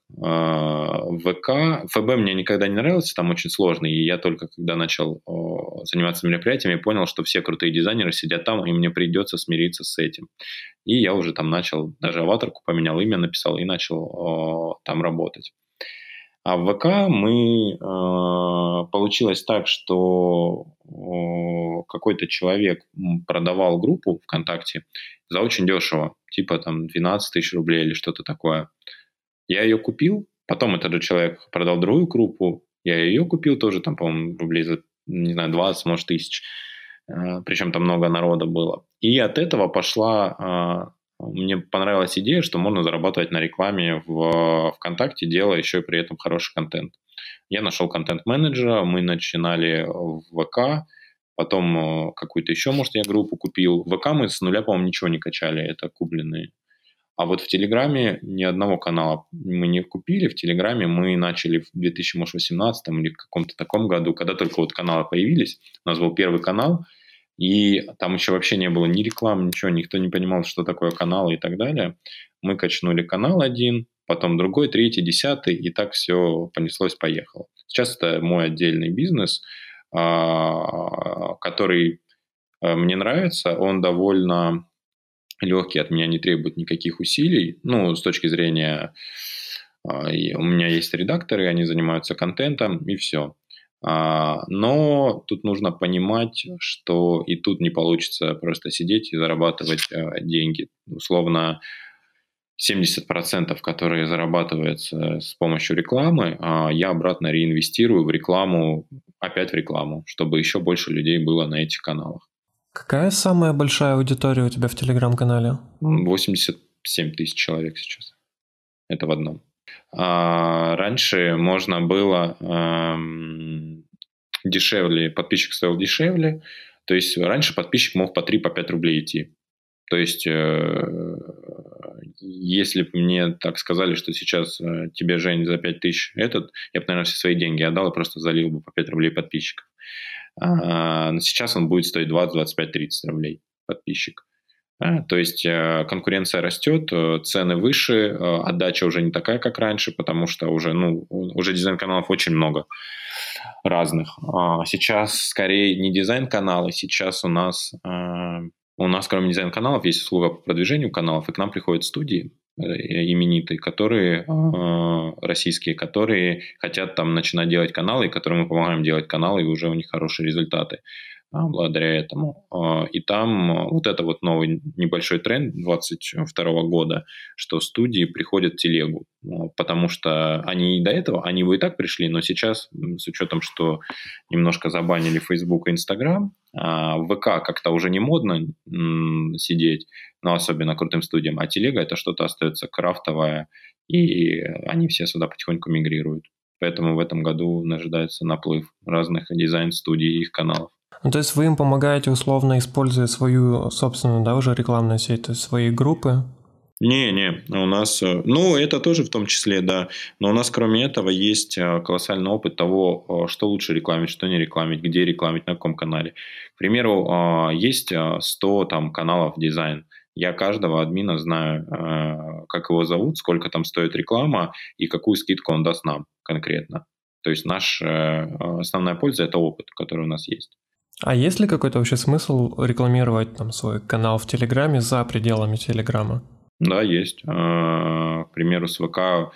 ФБ мне никогда не нравился, там очень сложно, и я только когда начал заниматься мероприятиями, понял, что все крутые дизайнеры сидят там, и мне придется смириться с этим. И я уже там начал, даже аватарку поменял, имя написал и начал там работать. А в ВК получилось так, что какой-то человек продавал группу ВКонтакте за очень дешево, типа там 12 тысяч рублей или что-то такое. Я ее купил, потом этот же человек продал другую группу, я ее купил тоже, там, по-моему, рублей за, не знаю, 20, может, тысяч. Причем там много народа было. И от этого пошла... Мне понравилась идея, что можно зарабатывать на рекламе в ВКонтакте, делая еще и при этом хороший контент. Я нашел контент-менеджера, мы начинали в ВК, потом какую-то еще, может, я группу купил. В ВК мы с нуля, по-моему, ничего не качали, это купленные. А вот в Телеграме ни одного канала мы не купили. В Телеграме мы начали в 2018 или каком-то таком году, когда только вот каналы появились. У нас был первый канал, и там еще вообще не было ни рекламы, ничего, никто не понимал, что такое канал и так далее. Мы качнули канал один, потом другой, третий, 10, и так все понеслось-поехало. Сейчас это мой отдельный бизнес, который мне нравится. Он довольно легкий, от меня не требует никаких усилий. Ну, с точки зрения... У меня есть редакторы, они занимаются контентом, и все. Но тут нужно понимать, что и тут не получится просто сидеть и зарабатывать деньги. Условно, 70%, которые зарабатываются с помощью рекламы, я обратно реинвестирую в рекламу, опять в рекламу, чтобы еще больше людей было на этих каналах. Какая самая большая аудитория у тебя в Телеграм-канале? 87 тысяч человек сейчас. Это в одном. Раньше можно было дешевле, подписчик стоил дешевле. То есть раньше подписчик мог по 3-5 рублей идти. То есть если бы мне так сказали, что сейчас тебе, Жень, за 5 тысяч я бы, наверное, все свои деньги отдал и просто залил бы по 5 рублей подписчиков. Сейчас он будет стоить 20, 25, 30 рублей подписчик. То есть конкуренция растет, цены выше, отдача уже не такая, как раньше, потому что уже дизайн-каналов очень много разных. Сейчас скорее не дизайн-каналы, сейчас у нас кроме дизайн-каналов есть услуга по продвижению каналов, и к нам приходят студии именитые, которые российские, которые хотят там начинать делать каналы, и которым мы помогаем делать каналы, и уже у них хорошие результаты благодаря этому. И там вот это вот новый небольшой тренд 2022 года, что студии приходят в телегу, потому что они и до этого, они бы и так пришли, но сейчас, с учетом, что немножко забанили Facebook и Instagram, в ВК как-то уже не модно сидеть, но особенно крутым студиям, а телега это что-то остается крафтовое, и они все сюда потихоньку мигрируют. Поэтому в этом году ожидается наплыв разных дизайн-студий и их каналов. Ну, то есть вы им помогаете, условно, используя свою собственную, да, уже рекламную сеть, то есть свои группы? Не, у нас... Ну, это тоже в том числе, да. Но у нас, кроме этого, есть колоссальный опыт того, что лучше рекламить, что не рекламить, где рекламить, на каком канале. К примеру, есть 100 там каналов дизайн. Я каждого админа знаю, как его зовут, сколько там стоит реклама и какую скидку он даст нам конкретно. То есть наша основная польза – это опыт, который у нас есть. А есть ли какой-то вообще смысл рекламировать там свой канал в Телеграме за пределами Телеграма? Да, есть. К примеру, с ВК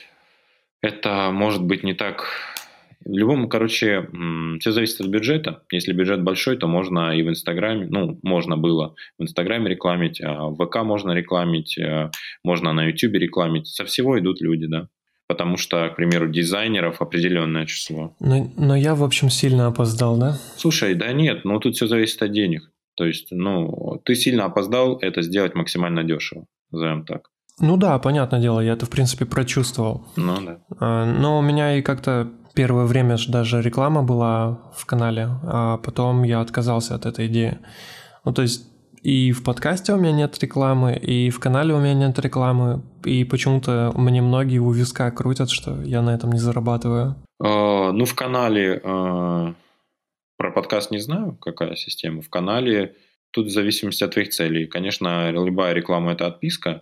это может быть не так... В любом, короче, все зависит от бюджета. Если бюджет большой, то можно и в Инстаграме, можно было в Инстаграме рекламить, в ВК можно рекламить, можно на Ютубе рекламить. Со всего идут люди, да. Потому что, к примеру, дизайнеров определенное число. Но я, в общем, сильно опоздал, да? Слушай, да нет, тут все зависит от денег. То есть, ты сильно опоздал, это сделать максимально дешево, назовем так. Ну да, понятное дело, я это, в принципе, прочувствовал. Ну да. Но у меня и как-то Первое время же даже реклама была в канале, а потом я отказался от этой идеи. Ну, то есть и в подкасте у меня нет рекламы, и в канале у меня нет рекламы, и почему-то мне многие у виска крутят, что я на этом не зарабатываю. Ну, в канале про подкаст не знаю, какая система. В канале тут в зависимости от твоих целей. Конечно, любая реклама – это отписка.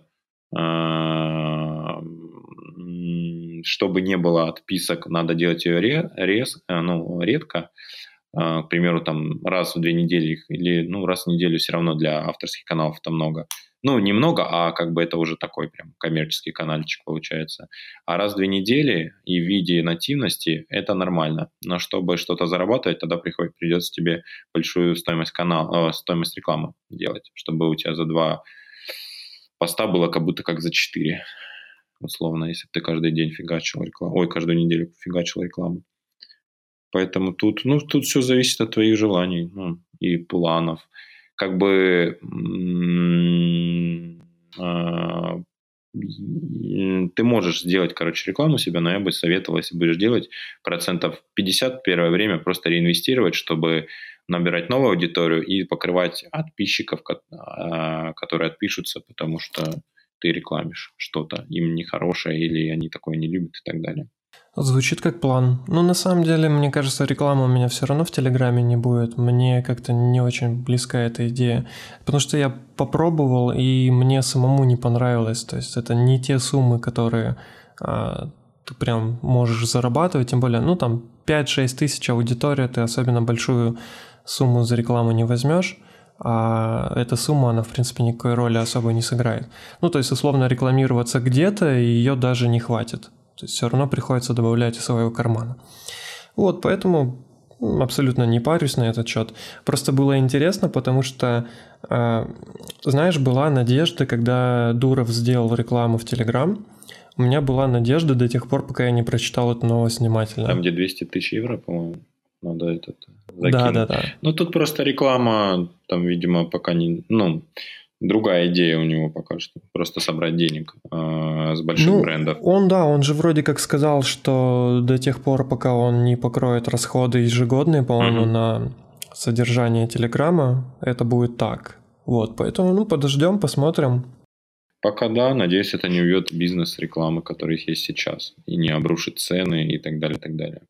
Чтобы не было отписок, надо делать ее редко. К примеру, там раз в 2 недели или раз в неделю все равно для авторских каналов это много. Ну, немного, а как бы это уже такой прям коммерческий канальчик получается. А раз в 2 недели и в виде нативности это нормально. Но чтобы что-то зарабатывать, тогда придется тебе большую стоимость стоимость рекламы делать, чтобы у тебя за 2 поста было как будто как за 4. Условно, если бы ты каждый день фигачил рекламу. Каждую неделю фигачил рекламу. Поэтому тут все зависит от твоих желаний и планов. Как бы ты можешь сделать, рекламу себе, но я бы советовал, если будешь делать, 50% первое время просто реинвестировать, чтобы набирать новую аудиторию и покрывать подписчиков, которые отпишутся, потому что ты рекламишь что-то, им нехорошее или они такое не любят и так далее. Звучит как план. Но на самом деле, мне кажется, рекламы у меня все равно в Телеграме не будет. Мне как-то не очень близка эта идея. Потому что я попробовал, и мне самому не понравилось. То есть это не те суммы, которые ты прям можешь зарабатывать. Тем более, 5-6 тысяч аудитория, ты особенно большую сумму за рекламу не возьмешь. А эта сумма, она, в принципе, никакой роли особо не сыграет. То есть, условно, рекламироваться где-то, и ее даже не хватит. То есть все равно приходится добавлять из своего кармана. Вот, поэтому абсолютно не парюсь на этот счет. Просто было интересно, потому что, знаешь, была надежда, когда Дуров сделал рекламу в Телеграм, у меня была надежда до тех пор, пока я не прочитал эту новость внимательно. Там, где 200 тысяч евро, по-моему, надо закинуть. Да. Но тут просто реклама, там, видимо, пока не... другая идея у него пока что. Просто собрать денег с больших брендов. Он же вроде как сказал, что до тех пор, пока он не покроет расходы ежегодные, по-моему, на содержание Телеграма, это будет так. Вот, поэтому, подождем, посмотрим. Пока да, надеюсь, это не убьет бизнес рекламы, который есть сейчас, и не обрушит цены и так далее, так далее.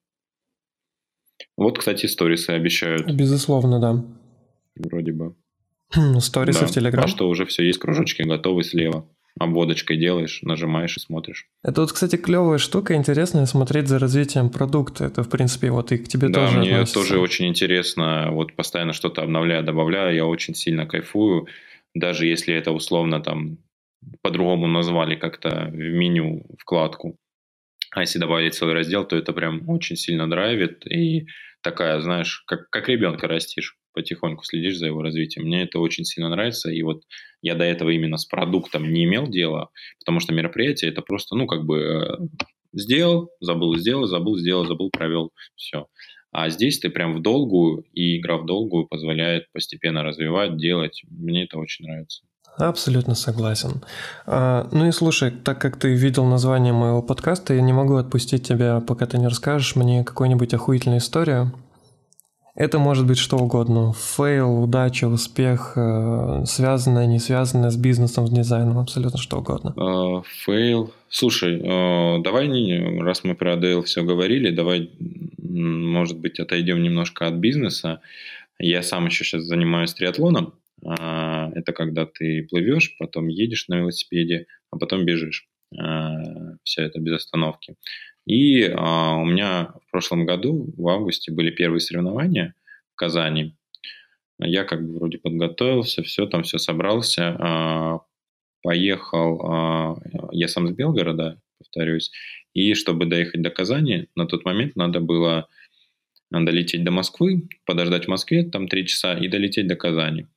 Вот, кстати, сторисы обещают. Безусловно, да. Вроде бы. Сторисы в Телеграм? А что уже все есть, кружочки готовы слева. Обводочкой делаешь, нажимаешь и смотришь. Это вот, кстати, клевая штука, интересно смотреть за развитием продукта. Это, в принципе, вот и к тебе тоже относится. Да, мне относится. тоже очень интересно. Вот постоянно что-то обновляю, добавляю. Я очень сильно кайфую. Даже если это условно там по-другому назвали как-то в меню вкладку. А если добавить целый раздел, то это прям очень сильно драйвит. И такая, знаешь, как ребенка растишь. Потихоньку следишь за его развитием. Мне это очень сильно нравится. И вот я до этого именно с продуктом не имел дела, потому что мероприятие это просто, сделал, забыл, провел, все. А здесь ты прям в долгую, и игра в долгую позволяет постепенно развивать, делать. Мне это очень нравится. Абсолютно согласен. И слушай, так как ты видел название моего подкаста, я не могу отпустить тебя, пока ты не расскажешь мне какую-нибудь охуительную историю. Это может быть что угодно. Фейл, удача, успех, связанное, не связанное с бизнесом, с дизайном, абсолютно что угодно. Фейл. Слушай, давай, раз мы про ADL все говорили, давай, может быть, отойдем немножко от бизнеса. Я сам еще сейчас занимаюсь триатлоном. Это когда ты плывешь, потом едешь на велосипеде, а потом бежишь. Все это без остановки. И у меня в прошлом году, в августе, были первые соревнования в Казани. Я вроде подготовился, все собрался. Поехал, я сам с Белгорода, повторюсь. И чтобы доехать до Казани, на тот момент надо было долететь до Москвы, подождать в Москве там 3 часа и долететь до Казани.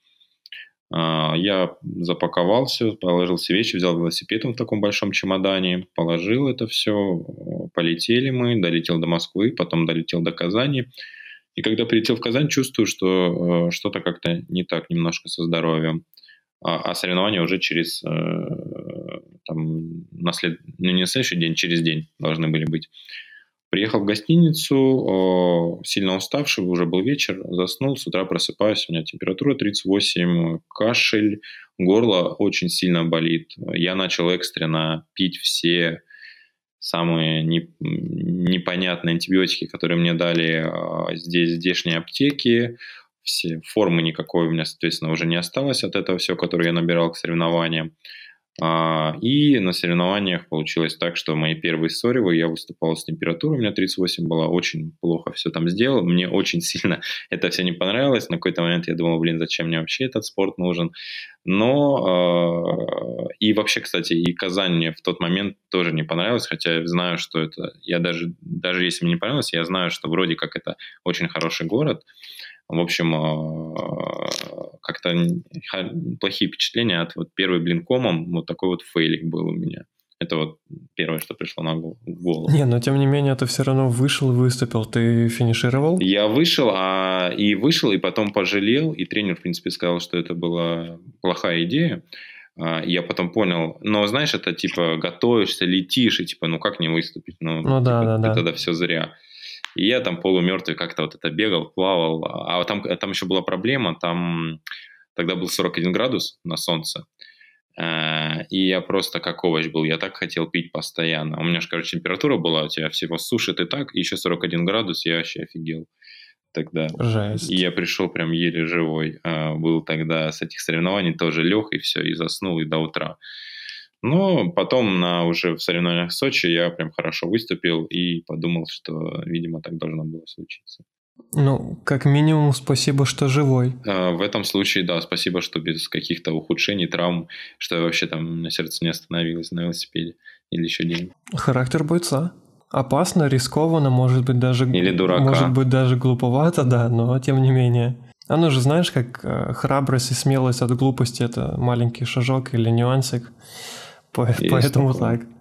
Я запаковал все, положил все вещи, взял велосипед в таком большом чемодане, положил это все, полетели мы, долетел до Москвы, потом долетел до Казани. И когда прилетел в Казань, чувствую, что что-то как-то не так немножко со здоровьем. А соревнования уже через, не на следующий день, через день должны были быть. Приехал в гостиницу, сильно уставший, уже был вечер, заснул, с утра просыпаюсь, у меня температура 38, кашель, горло очень сильно болит. Я начал экстренно пить все самые непонятные антибиотики, которые мне дали здешние аптеки. Все формы никакой у меня, соответственно, уже не осталось от этого всего, которое я набирал к соревнованиям. И на соревнованиях получилось так, что мои первые соревы, я выступал с температурой, у меня 38 была, очень плохо все там сделал, мне очень сильно это все не понравилось, на какой-то момент я думал, зачем мне вообще этот спорт нужен, но и вообще, кстати, и Казань мне в тот момент тоже не понравилась, хотя я знаю, что это, я даже если мне не понравилось, я знаю, что вроде как это очень хороший город. В общем, как-то плохие впечатления от первый блинкомом, вот такой вот фейлик был у меня. Это вот первое, что пришло на голову. Не, но тем не менее, ты все равно вышел и выступил. Ты финишировал? Я вышел, и потом пожалел, и тренер, в принципе, сказал, что это была плохая идея. Я потом понял, но знаешь, это типа готовишься, летишь, и типа, как не выступить? Да. Тогда все зря. И я там полумертвый как-то вот это бегал, плавал. А там еще была проблема, там тогда был 41 градус на солнце. И я просто как овощ был. Я так хотел пить постоянно. У меня же, температура была, у тебя всего сушит и так, и еще 41 градус, я вообще офигел тогда. Жесть. И я пришел прям еле живой. Был тогда с этих соревнований, тоже лег, и все, и заснул, и до утра. Но потом уже в соревнованиях в Сочи я прям хорошо выступил и подумал, что, видимо, так должно было случиться. Как минимум, спасибо, что живой. В этом случае, да, спасибо, что без каких-то ухудшений, травм, что я вообще там на сердце не остановилось на велосипеде или еще где-нибудь. Характер бойца. Опасно, рискованно, может быть, даже... Или дурака. Может быть, даже глуповато, да, но тем не менее. Оно же, знаешь, как храбрость и смелость от глупости – это маленький шажок или нюансик. Поэтому так.